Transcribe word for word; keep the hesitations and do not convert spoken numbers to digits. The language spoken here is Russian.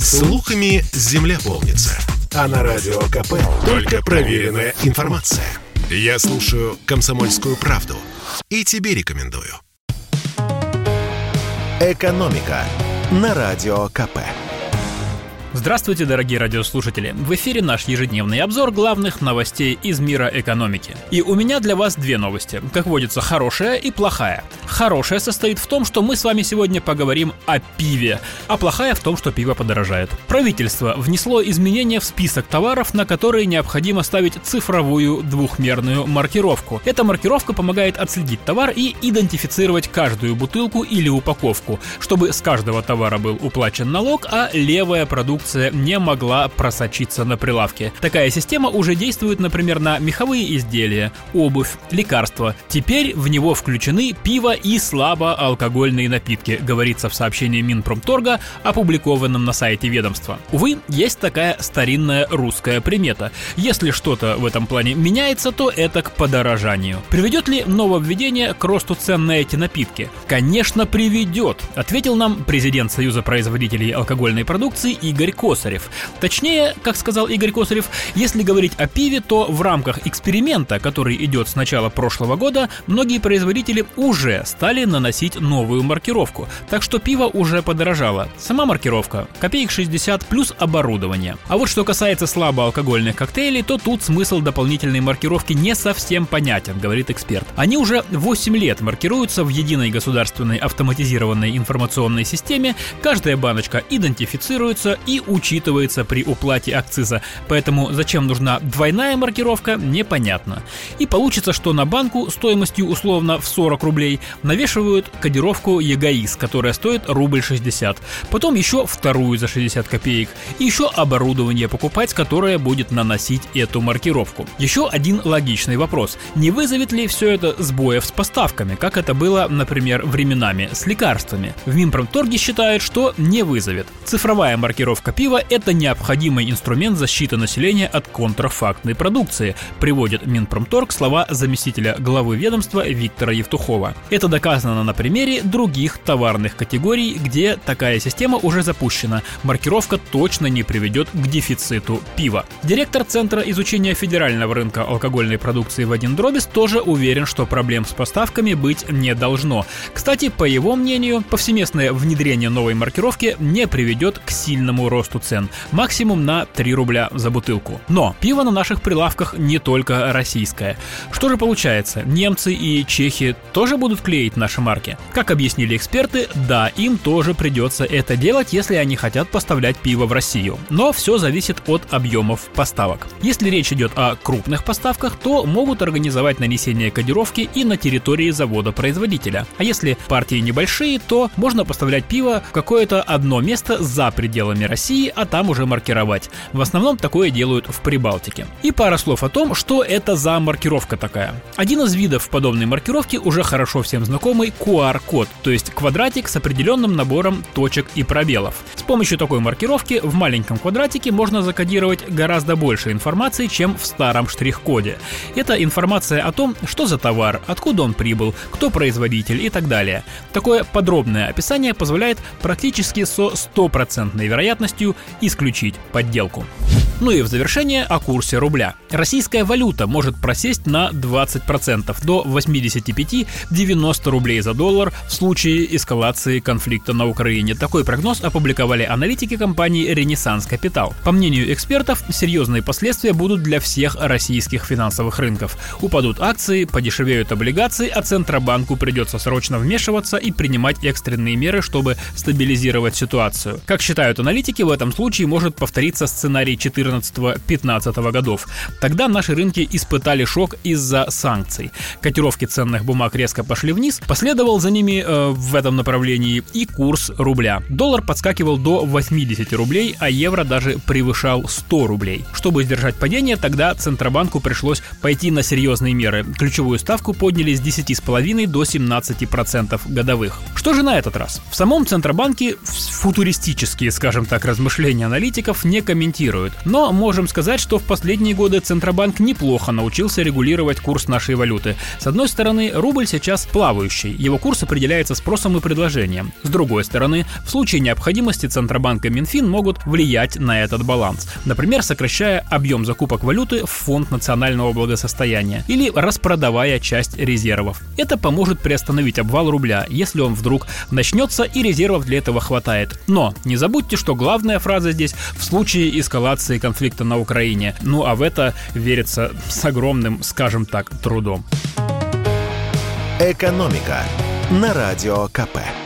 Слухами земля полнится. А на Радио КП только проверенная информация. Я слушаю «Комсомольскую правду» и тебе рекомендую. «Экономика» на Радио КП. Здравствуйте, дорогие радиослушатели! В эфире наш ежедневный обзор главных новостей из мира экономики. И у меня для вас две новости. Как водится, хорошая и плохая. Хорошая состоит в том, что мы с вами сегодня поговорим о пиве, а плохая в том, что пиво подорожает. Правительство внесло изменения в список товаров, на которые необходимо ставить цифровую двухмерную маркировку. Эта маркировка помогает отследить товар и идентифицировать каждую бутылку или упаковку, чтобы с каждого товара был уплачен налог, а левая продукция не могла просочиться на прилавке. Такая система уже действует, например, на меховые изделия, обувь, лекарства. Теперь в него включены пиво и слабоалкогольные напитки, говорится в сообщении Минпромторга, опубликованном на сайте ведомства. Увы, есть такая старинная русская примета. Если что-то в этом плане меняется, то это к подорожанию. Приведет ли нововведение к росту цен на эти напитки? Конечно, приведет, ответил нам президент Союза производителей алкогольной продукции Игорь Косарев. Точнее, как сказал Игорь Косарев, если говорить о пиве, то в рамках эксперимента, который идет с начала прошлого года, многие производители уже стали наносить новую маркировку, так что пиво уже подорожало. Сама маркировка копеек шестьдесят плюс оборудование. А вот что касается слабоалкогольных коктейлей, то тут смысл дополнительной маркировки не совсем понятен, говорит эксперт. Они уже восемь лет маркируются в единой государственной автоматизированной информационной системе, каждая баночка идентифицируется и учитывается при уплате акциза, поэтому зачем нужна двойная маркировка, непонятно. И получится, что на банку стоимостью условно в сорок рублей навешивают кодировку ЕГАИС, которая стоит рубль шестьдесят, потом еще вторую за шестьдесят копеек, и еще оборудование покупать, которое будет наносить эту маркировку. Еще один логичный вопрос: не вызовет ли все это сбоев с поставками, как это было, например, временами с лекарствами? В Минпромторге считают, что не вызовет. Цифровая маркировка пива – это необходимый инструмент защиты населения от контрафактной продукции, приводит Минпромторг слова заместителя главы ведомства Виктора Евтухова. Это доказано на примере других товарных категорий, где такая система уже запущена. Маркировка точно не приведет к дефициту пива. Директор Центра изучения федерального рынка алкогольной продукции Вадим Дробис тоже уверен, что проблем с поставками быть не должно. Кстати, по его мнению, повсеместное внедрение новой маркировки не приведет к сильному росту цен, максимум на три рубля за бутылку. Но пиво на наших прилавках не только российское. Что же получается, немцы и чехи тоже будут клеить наши марки? Как объяснили эксперты, да, им тоже придется это делать, если они хотят поставлять пиво в Россию. Но все зависит от объемов поставок. Если речь идет о крупных поставках, то могут организовать нанесение кодировки и на территории завода-производителя. А если партии небольшие, то можно поставлять пиво в какое-то одно место за пределами России, а там уже маркировать. В основном такое делают в Прибалтике. И пара слов о том, что это за маркировка такая. Один из видов подобной маркировки уже хорошо всем знакомый ку ар-код, то есть квадратик с определенным набором точек и пробелов. С помощью такой маркировки в маленьком квадратике можно закодировать гораздо больше информации, чем в старом штрих-коде. Это информация о том, что за товар, откуда он прибыл, кто производитель и так далее. Такое подробное описание позволяет практически со стопроцентной вероятностью исключить подделку. Ну и в завершение о курсе рубля. Российская валюта может просесть на двадцать процентов до восемьдесят пять - девяносто рублей за доллар в случае эскалации конфликта на Украине. Такой прогноз опубликовали аналитики компании «Ренессанс Капитал». По мнению экспертов, серьезные последствия будут для всех российских финансовых рынков. Упадут акции, подешевеют облигации, а Центробанку придется срочно вмешиваться и принимать экстренные меры, чтобы стабилизировать ситуацию. Как считают аналитики, в этом случае может повториться сценарий четырнадцатого-пятнадцатого годов. Тогда наши рынки испытали шок из-за санкций. Котировки ценных бумаг резко пошли вниз, последовал за ними э, в этом направлении и курс рубля. Доллар подскакивал до восемьдесят рублей, а евро даже превышал сто рублей. Чтобы сдержать падение, тогда Центробанку пришлось пойти на серьезные меры. Ключевую ставку подняли с десяти целых пяти десятых до семнадцати процентов годовых. Что же на этот раз? В самом Центробанке футуристические, скажем так, размышления аналитиков не комментируют, но Но можем сказать, что в последние годы Центробанк неплохо научился регулировать курс нашей валюты. С одной стороны, рубль сейчас плавающий, его курс определяется спросом и предложением. С другой стороны, в случае необходимости Центробанк и Минфин могут влиять на этот баланс. Например, сокращая объем закупок валюты в фонд национального благосостояния или распродавая часть резервов. Это поможет приостановить обвал рубля, если он вдруг начнется и резервов для этого хватает. Но не забудьте, что главная фраза здесь в случае эскалации конфликта на Украине. Ну а в это верится с огромным, скажем так, трудом. Экономика на Радио ка пэ.